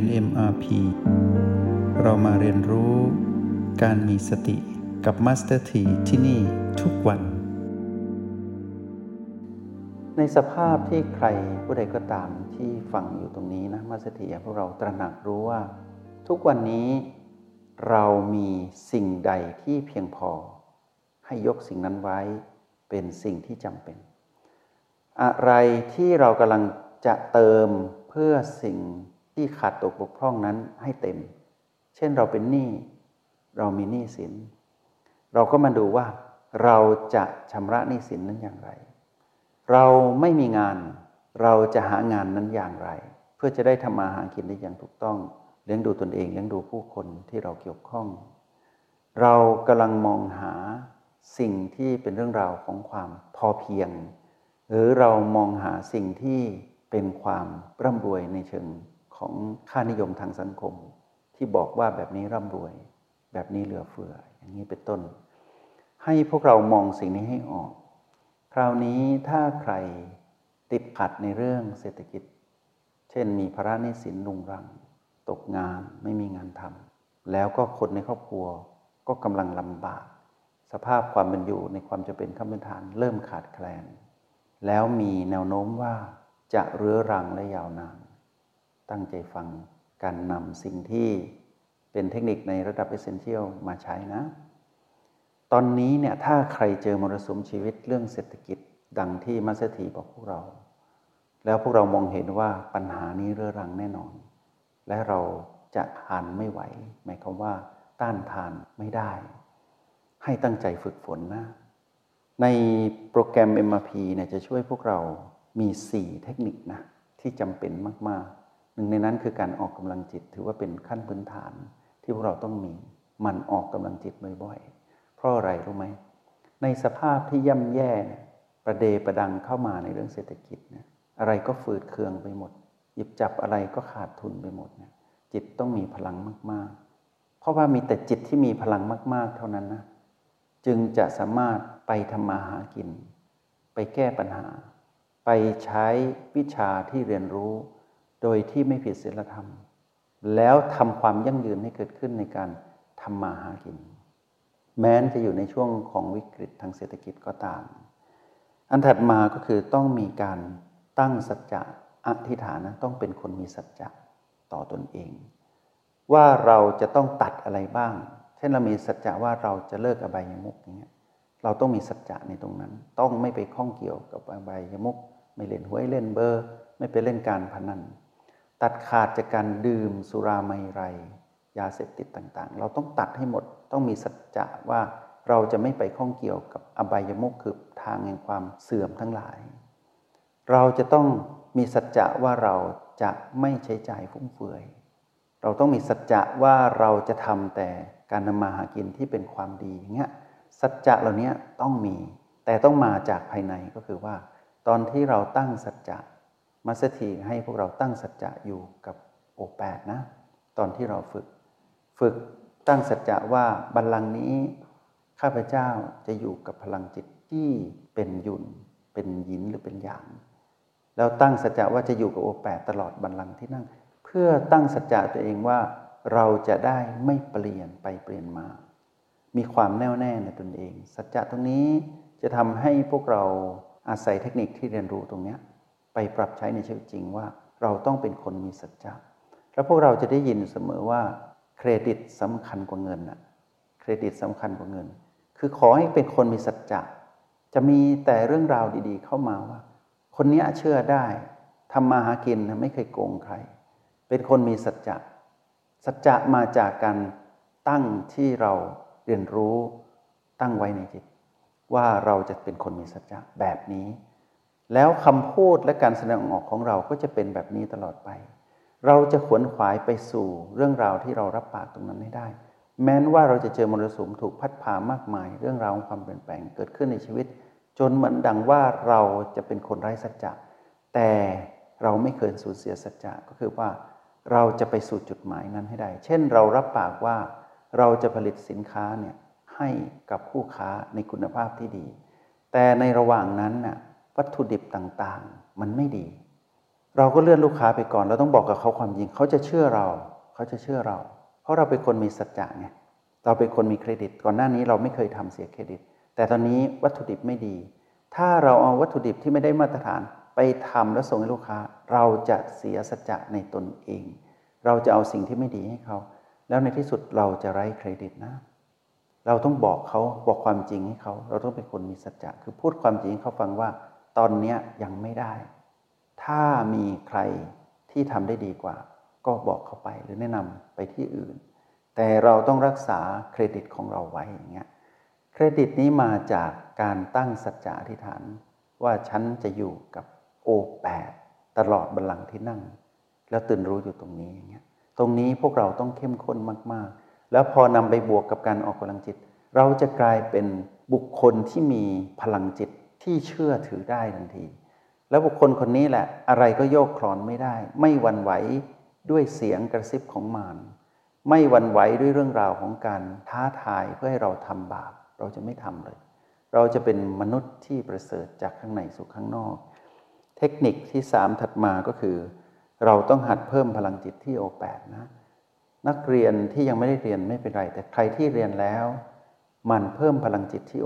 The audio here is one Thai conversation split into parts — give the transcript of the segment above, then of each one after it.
น MRP เรามาเรียนรู้การมีสติกับ Master T ที่นี่ทุกวันในสภาพที่ใครผู้ใดก็ตามที่ฟังอยู่ตรงนี้นะ Master T อยากให้พวกเราตระหนักรู้ว่าทุกวันนี้เรามีสิ่งใดที่เพียงพอให้ยกสิ่งนั้นไว้เป็นสิ่งที่จำเป็นอะไรที่เรากำลังจะเติมเพื่อสิ่งที่ขาดตกบกพร่องนั้นให้เต็มเช่นเราเป็นหนี้เรามีหนี้สินเราก็มาดูว่าเราจะชำระหนี้สินนั้นอย่างไรเราไม่มีงานเราจะหางานนั้นอย่างไรเพื่อจะได้ทำมาหากินได้อย่างถูกต้องเลี้ยงดูตนเองเลี้ยงดูผู้คนที่เราเกี่ยวข้องเรากำลังมองหาสิ่งที่เป็นเรื่องราวของความพอเพียงหรือเรามองหาสิ่งที่เป็นความร่ำรวยในเชิงของค่านิยมทางสังคมที่บอกว่าแบบนี้ร่ำรวยแบบนี้เหลือเฟืออย่างนี้เป็นต้นให้พวกเรามองสิ่งนี้ให้ออกคราวนี้ถ้าใครติดขัดในเรื่องเศรษฐกิจเช่นมีภาระหนี้สินรุงรังตกงานไม่มีงานทำแล้วก็คนในครอบครัวก็กำลังลำบากสภาพความเป็นอยู่ในความจำเป็นขั้นพื้นฐานเริ่มขาดแคลนแล้วมีแนวโน้มว่าจะเรื้อรังและยาวนานตั้งใจฟังการนำสิ่งที่เป็นเทคนิคในระดับ Essential มาใช้นะตอนนี้เนี่ยถ้าใครเจอมรสุมชีวิตเรื่องเศรษฐกิจดังที่มัสถีบอกพวกเราแล้วพวกเรามองเห็นว่าปัญหานี้เรื้อรังแน่นอนและเราจะทานไม่ไหวหมายความว่าต้านทานไม่ได้ให้ตั้งใจฝึกฝนนะในโปรแกรม MRP เนี่ยจะช่วยพวกเรามี4เทคนิคนะที่จำเป็นมากๆหนึ่งในนั้นคือการออกกำลังจิตถือว่าเป็นขั้นพื้นฐานที่พวกเราต้องมีมันออกกำลังจิตบ่อยๆเพราะอะไรรู้ไหมในสภาพที่ย่ำแย่ประเดประดังเข้ามาในเรื่องเศรษฐกิจเนี่ยอะไรก็ฝืดเคืองไปหมดหยิบจับอะไรก็ขาดทุนไปหมดเนี่ยจิตต้องมีพลังมากๆเพราะว่ามีแต่จิตที่มีพลังมากๆเท่านั้นนะจึงจะสามารถไปทำมาหากินไปแก้ปัญหาไปใช้วิชาที่เรียนรู้โดยที่ไม่ผิดศีลธรรมแล้วทำความยั่งยืนให้เกิดขึ้นในการทำมาหากินแม้จะอยู่ในช่วงของวิกฤตทางเศรษฐกิจก็ตามอันถัดมาก็คือต้องมีการตั้งสัจจะอธิษฐานนะต้องเป็นคนมีสัจจะต่อตนเองว่าเราจะต้องตัดอะไรบ้างเช่นเรามีสัจจะว่าเราจะเลิกอบายมุขอย่างเงี้ยเราต้องมีสัจจะในตรงนั้นต้องไม่ไปข้องเกี่ยวกับอบายมุขไม่เล่นหวยเล่นเบอร์ไม่ไปเล่นการพนันตัดขาดจากการดื่มสุราเมรัยยาเสพติดต่างๆเราต้องตัดให้หมดต้องมีสัจจะว่าเราจะไม่ไปข้องเกี่ยวกับอบายมุขคือทางแห่งความเสื่อมทั้งหลายเราจะต้องมีสัจจะว่าเราจะไม่ใช้จ่ายฟุ่มเฟือยเราต้องมีสัจจะว่าเราจะทำแต่การทำมาหากินที่เป็นความดีอย่างเงี้ยสัจจะเหล่านี้ต้องมีแต่ต้องมาจากภายในก็คือว่าตอนที่เราตั้งสัจจะมัสถีให้พวกเราตั้งสัจจะอยู่กับโอแปดนะตอนที่เราฝึกตั้งสัจจะว่าบัลลังก์นี้ข้าพเจ้าจะอยู่กับพลังจิตที่เป็นยุนเป็นหยินหรือเป็นหยางแล้วตั้งสัจจะว่าจะอยู่กับโอแปดตลอดบัลลังก์ที่นั่งเพื่อตั้งสัจจะตัวเองว่าเราจะได้ไม่เปลี่ยนไปเปลี่ยนมามีความแน่วแน่ในตนเองสัจจะตรงนี้จะทำให้พวกเราอาศัยเทคนิคที่เรียนรู้ตรงนี้ไปปรับใช้ในชีวิตจริงว่าเราต้องเป็นคนมีสัจจะแล้วพวกเราจะได้ยินเสมอว่าเครดิตสำคัญกว่าเงินน่ะเครดิตสำคัญกว่าเงินคือขอให้เป็นคนมีสัจจะจะมีแต่เรื่องราวดีๆเข้ามาว่าคนนี้เชื่อได้ทำมาหากินไม่เคยโกงใครเป็นคนมีสัจจะสัจจะมาจากการตั้งที่เราเรียนรู้ตั้งไว้ในจิตว่าเราจะเป็นคนมีสัจจะแบบนี้แล้วคำพูดและการแสดงออกของเราก็จะเป็นแบบนี้ตลอดไปเราจะขวนขวายไปสู่เรื่องราวที่เรารับปากตรงนั้นให้ได้แม้ว่าเราจะเจอมรสุมถูกพัดพามากมายเรื่องราวของความเปลี่ยนแปลงเกิดขึ้นในชีวิตจนเหมือนดังว่าเราจะเป็นคนไร้สัจจะแต่เราไม่เคยสูญเสียสัจจะก็คือว่าเราจะไปสู่จุดหมายนั้นให้ได้เช่นเรารับปากว่าเราจะผลิตสินค้าเนี่ยให้กับคู่ค้าในคุณภาพที่ดีแต่ในระหว่างนั้นน่ะวัตถุดิบต่างๆมันไม่ดีเราก็เลื่อนลูกค้าไปก่อนเราต้องบอกกับเขาความจริงเขาจะเชื่อเราเพราะเราเป็นคนมีสัจจะไงเราเป็นคนมีเครดิตก่อนหน้านี้เราไม่เคยทำเสียเครดิตแต่ตอนนี้วัตถุดิบไม่ดีถ้าเราเอาวัตถุดิบที่ไม่ได้มาตรฐานไปทำแล้วส่งให้ลูกค้าเราจะเสียสัจจะในตนเองเราจะเอาสิ่งที่ไม่ดีให้เขาแล้วในที่สุดเราจะไร้เครดิตนะเราต้องบอกความจริงให้เขาเราต้องเป็นคนมีสัจจะคือพูดความจริงให้เขาฟังว่าตอนนี้ยังไม่ได้ถ้ามีใครที่ทำได้ดีกว่าก็บอกเขาไปหรือแนะนำไปที่อื่นแต่เราต้องรักษาเครดิตของเราไว้อย่างเงี้ยเครดิตนี้มาจากการตั้งสัจจะอธิษฐานว่าฉันจะอยู่กับO8ตลอดบัลลังก์ที่นั่งแล้วตื่นรู้อยู่ตรงนี้อย่างเงี้ยตรงนี้พวกเราต้องเข้มข้นมากๆแล้วพอนำไปบวกกับการออกกำลังจิตเราจะกลายเป็นบุคคลที่มีพลังจิตที่เชื่อถือได้ทันทีแล้วบุคคลคนนี้แหละอะไรก็โยกคลอนไม่ได้ไม่หวั่นไหวด้วยเสียงกระซิบของมารไม่หวั่นไหวด้วยเรื่องราวของการท้าทายเพื่อให้เราทำบาปเราจะไม่ทำเลยเราจะเป็นมนุษย์ที่ประเสริฐจากข้างในสู่ข้างนอกเทคนิคที่3ถัดมาก็คือเราต้องหัดเพิ่มพลังจิตที่O8นะนักเรียนที่ยังไม่ได้เรียนไม่เป็นไรแต่ใครที่เรียนแล้วมันเพิ่มพลังจิตที่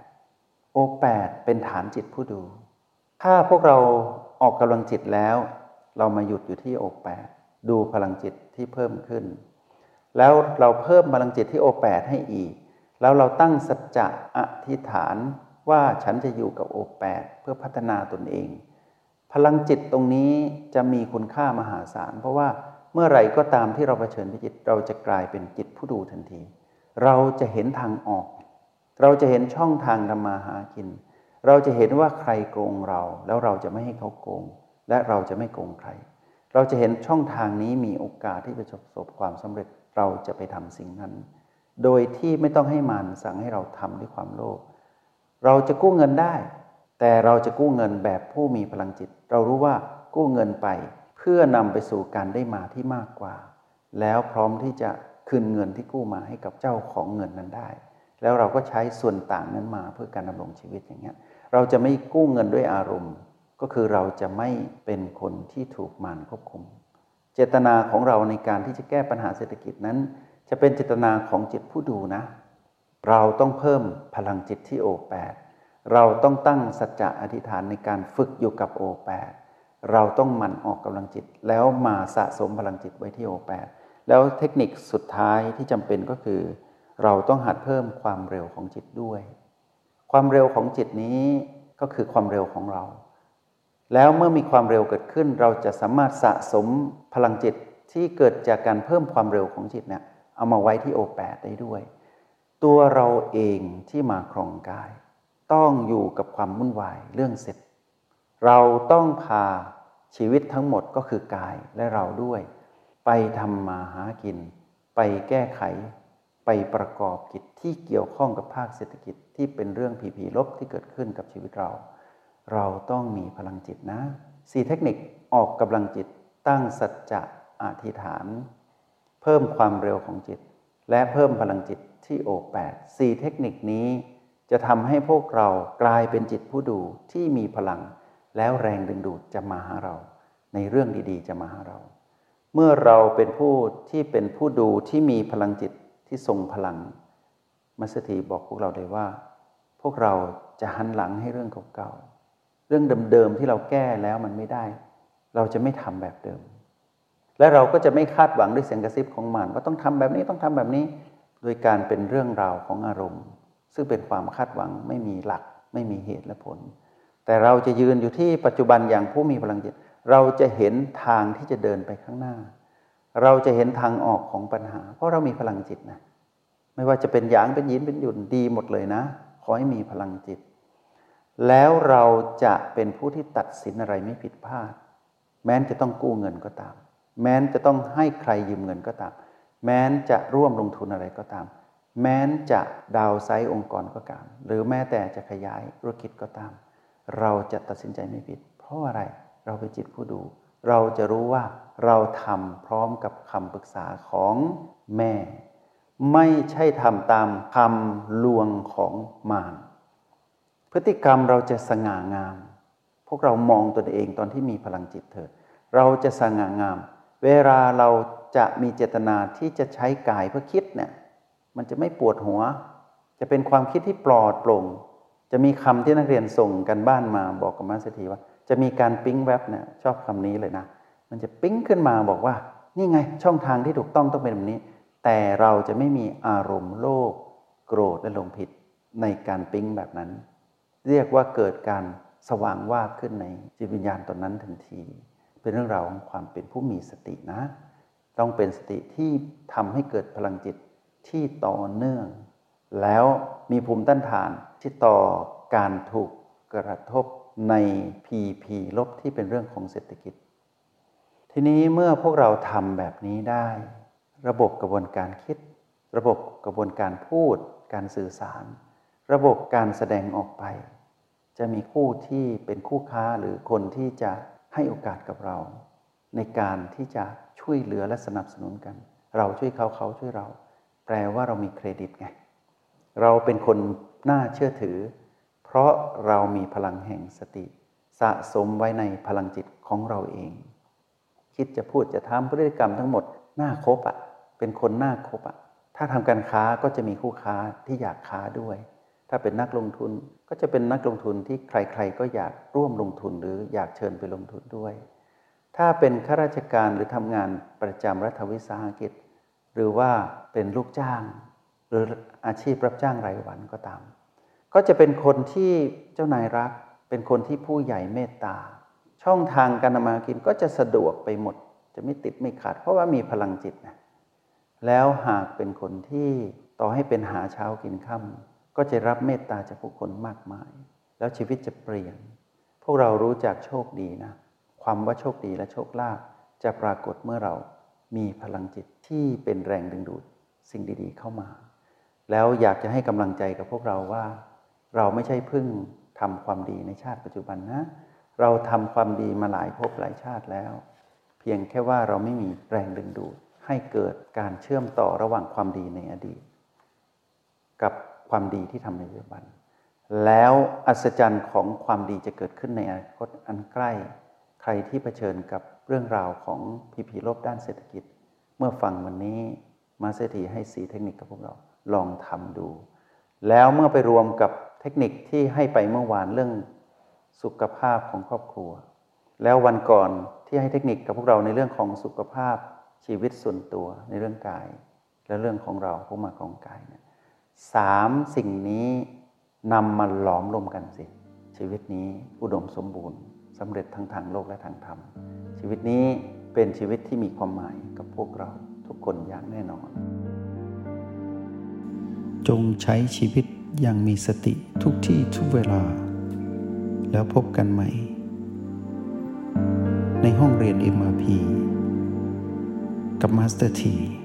O8เป็นฐานจิตผู้ดูถ้าพวกเราออกกำลังจิตแล้วเรามาหยุดอยู่ที่O8ดูพลังจิตที่เพิ่มขึ้นแล้วเราเพิ่มพลังจิตที่O8ให้อีกแล้วเราตั้งสัจจะอธิษฐานว่าฉันจะอยู่กับO8เพื่อพัฒนาตนเองพลังจิตตรงนี้จะมีคุณค่ามหาศาลเพราะว่าเมื่อไหร่ก็ตามที่เราเผชิญวิกฤตเราจะกลายเป็นจิตผู้ดูทันทีเราจะเห็นทางออกเราจะเห็นช่องทางทำมาหากินเราจะเห็นว่าใครโกงเราแล้วเราจะไม่ให้เขาโกงและเราจะไม่โกงใครเราจะเห็นช่องทางนี้มีโอกาสที่จะประสบความสำเร็จเราจะไปทำสิ่งนั้นโดยที่ไม่ต้องให้มารสั่งให้เราทำด้วยความโลภเราจะกู้เงินได้แต่เราจะกู้เงินแบบผู้มีพลังจิตเรารู้ว่ากู้เงินไปเพื่อนำไปสู่การได้มาที่มากกว่าแล้วพร้อมที่จะคืนเงินที่กู้มาให้กับเจ้าของเงินนั้นได้แล้วเราก็ใช้ส่วนต่างนั้นมาเพื่อการดำรงชีวิตอย่างเงี้ยเราจะไม่กู้เงินด้วยอารมณ์ก็คือเราจะไม่เป็นคนที่ถูกมารควบคุมเจตนาของเราในการที่จะแก้ปัญหาเศรษฐกิจนั้นจะเป็นเจตนาของจิตผู้ดูนะเราต้องเพิ่มพลังจิตที่O8เราต้องตั้งสัจจะอธิษฐานในการฝึกอยู่กับO8เราต้องหมั่นออกกำลังจิตแล้วมาสะสมพลังจิตไว้ที่O8แล้วเทคนิคสุดท้ายที่จำเป็นก็คือเราต้องหัดเพิ่มความเร็วของจิตด้วยความเร็วของจิตนี้ก็คือความเร็วของเราแล้วเมื่อมีความเร็วเกิดขึ้นเราจะสามารถสะสมพลังจิตที่เกิดจากการเพิ่มความเร็วของจิตเนี่ยเอามาไว้ที่O8ได้ด้วยตัวเราเองที่มาครองกายต้องอยู่กับความวุ่นวายเรื่องเสร็จเราต้องพาชีวิตทั้งหมดก็คือกายและเราด้วยไปทำมาหากินไปแก้ไขไปประกอบกิจที่เกี่ยวข้องกับภาคเศรษฐกิจที่เป็นเรื่องผีลบที่เกิดขึ้นกับชีวิตเราต้องมีพลังจิตนะ4เทคนิคออกกำลังจิตตั้งสัจจะอธิษฐานเพิ่มความเร็วของจิตและเพิ่มพลังจิตที่O8 4เทคนิคนี้จะทำให้พวกเรากลายเป็นจิตผู้ดูที่มีพลังแล้วแรงดึงดูดจะมาหาเราในเรื่องดีๆจะมาหาเราเมื่อเราเป็นผู้ที่เป็นผู้ดูที่มีพลังจิตที่ทรงพลังมัสถีบอกพวกเราเลยว่าพวกเราจะหันหลังให้เรื่องเก่าๆเรื่องเดิมๆที่เราแก้แล้วมันไม่ได้เราจะไม่ทำแบบเดิมและเราก็จะไม่คาดหวังด้วยเสียงกระซิบของมารว่าต้องทำแบบนี้ต้องทำแบบนี้โดยการเป็นเรื่องราวของอารมณ์ซึ่งเป็นความคาดหวังไม่มีหลักไม่มีเหตุและผลแต่เราจะยืนอยู่ที่ปัจจุบันอย่างผู้มีพลังจิตเราจะเห็นทางที่จะเดินไปข้างหน้าเราจะเห็นทางออกของปัญหาเพราะเรามีพลังจิตนะไม่ว่าจะเป็นหยางเป็นหยินเป็นหยุ่นดีหมดเลยนะขอให้มีพลังจิตแล้วเราจะเป็นผู้ที่ตัดสินอะไรไม่ผิดพลาดแม้จะต้องกู้เงินก็ตามแม้จะต้องให้ใครยืมเงินก็ตามแม้จะร่วมลงทุนอะไรก็ตามแม้จะดาวไซต์องค์กรก็ตามหรือแม้แต่จะขยายธุรกิจก็ตามเราจะตัดสินใจไม่ผิดเพราะอะไรเราเป็นจิตผู้ดูเราจะรู้ว่าเราทำพร้อมกับคำปรึกษาของแม่ไม่ใช่ทำตามคำลวงของมารพฤติกรรมเราจะสง่างามพวกเรามองตนเองตอนที่มีพลังจิตเถิดเราจะสง่างามเวลาเราจะมีเจตนาที่จะใช้กายเพื่อคิดเนี่ยมันจะไม่ปวดหัวจะเป็นความคิดที่ปลอดโปร่งจะมีคำที่นักเรียนส่งกันบ้านมาบอกกับมาสเตอร์ทีว่าจะมีการปิ๊งแวบเนี่ยชอบคำนี้เลยนะมันจะปิ๊งขึ้นมาบอกว่านี่ไงช่องทางที่ถูกต้องเป็นแบบนี้แต่เราจะไม่มีอารมณ์โลภโกรธและหลงผิดในการปิ๊งแบบนั้นเรียกว่าเกิดการสว่างวาบขึ้นในจิตวิญญาณตอนนั้นทันทีเป็นเรื่องราวของความเป็นผู้มีสตินะต้องเป็นสติที่ทำให้เกิดพลังจิตที่ต่อเนื่องแล้วมีภูมิต้านทานที่ต่อการถูกกระทบใน PP ลบที่เป็นเรื่องของเศรษฐกิจทีนี้เมื่อพวกเราทำแบบนี้ได้ระบบกระบวนการคิดระบบกระบวนการพูดการสื่อสารระบบการแสดงออกไปจะมีคู่ที่เป็นคู่ค้าหรือคนที่จะให้โอกาสกับเราในการที่จะช่วยเหลือและสนับสนุนกันเราช่วยเขาเขาช่วยเราแปลว่าเรามีเครดิตไงเราเป็นคนน่าเชื่อถือเพราะเรามีพลังแห่งสติสะสมไว้ในพลังจิตของเราเองคิดจะพูดจะทำพฤติกรรมทั้งหมดน่าคบเป็นคนน่าคบถ้าทำการค้าก็จะมีคู่ค้าที่อยากค้าด้วยถ้าเป็นนักลงทุนก็จะเป็นนักลงทุนที่ใครๆก็อยากร่วมลงทุนหรืออยากเชิญไปลงทุนด้วยถ้าเป็นข้าราชการหรือทำงานประจำรัฐวิสาหกิจหรือว่าเป็นลูกจ้างหรืออาชีพรับจ้างรายวันก็ตามก็จะเป็นคนที่เจ้านายรักเป็นคนที่ผู้ใหญ่เมตตาช่องทางการทำมาหากินก็จะสะดวกไปหมดจะไม่ติดไม่ขัดเพราะว่ามีพลังจิตนะแล้วหากเป็นคนที่ต่อให้เป็นหาเช้ากินค่ำก็จะรับเมตตาจากผู้คนมากมายแล้วชีวิตจะเปลี่ยนพวกเรารู้จักโชคดีนะความว่าโชคดีและโชคลาภจะปรากฏเมื่อเรามีพลังจิตที่เป็นแรงดึงดูดสิ่งดีๆเข้ามาแล้วอยากจะให้กำลังใจกับพวกเราว่าเราไม่ใช่เพิ่งทำความดีในชาติปัจจุบันนะเราทำความดีมาหลายภพหลายชาติแล้วเพียงแค่ว่าเราไม่มีแรงดึงดูดให้เกิดการเชื่อมต่อระหว่างความดีในอดีตกับความดีที่ทำในปัจจุบันแล้วอัศจรรย์ของความดีจะเกิดขึ้นในอนาคตอันใกล้ใครที่เผชิญกับเรื่องราวของพีลบด้านเศรษฐกิจเมื่อฟังวันนี้มาสเตอร์ทีให้4เทคนิคกับพวกเราลองทำดูแล้วเมื่อไปรวมกับเทคนิคที่ให้ไปเมื่อวานเรื่องสุขภาพของครอบครัวแล้ววันก่อนที่ให้เทคนิคกับพวกเราในเรื่องของสุขภาพชีวิตส่วนตัวในเรื่องกายและเรื่องของเราผู้มาของกายเนี่ย3สิ่งนี้นำมาหลอมรวมกันสิชีวิตนี้อุดมสมบูรณ์สำเร็จทั้งทางโลกและทางธรรมชีวิตนี้เป็นชีวิตที่มีความหมายกับพวกเราทุกคนอย่างแน่นอนจงใช้ชีวิตอย่างมีสติทุกที่ทุกเวลาแล้วพบกันใหม่ในห้องเรียน MRP กับมาสเตอร์ที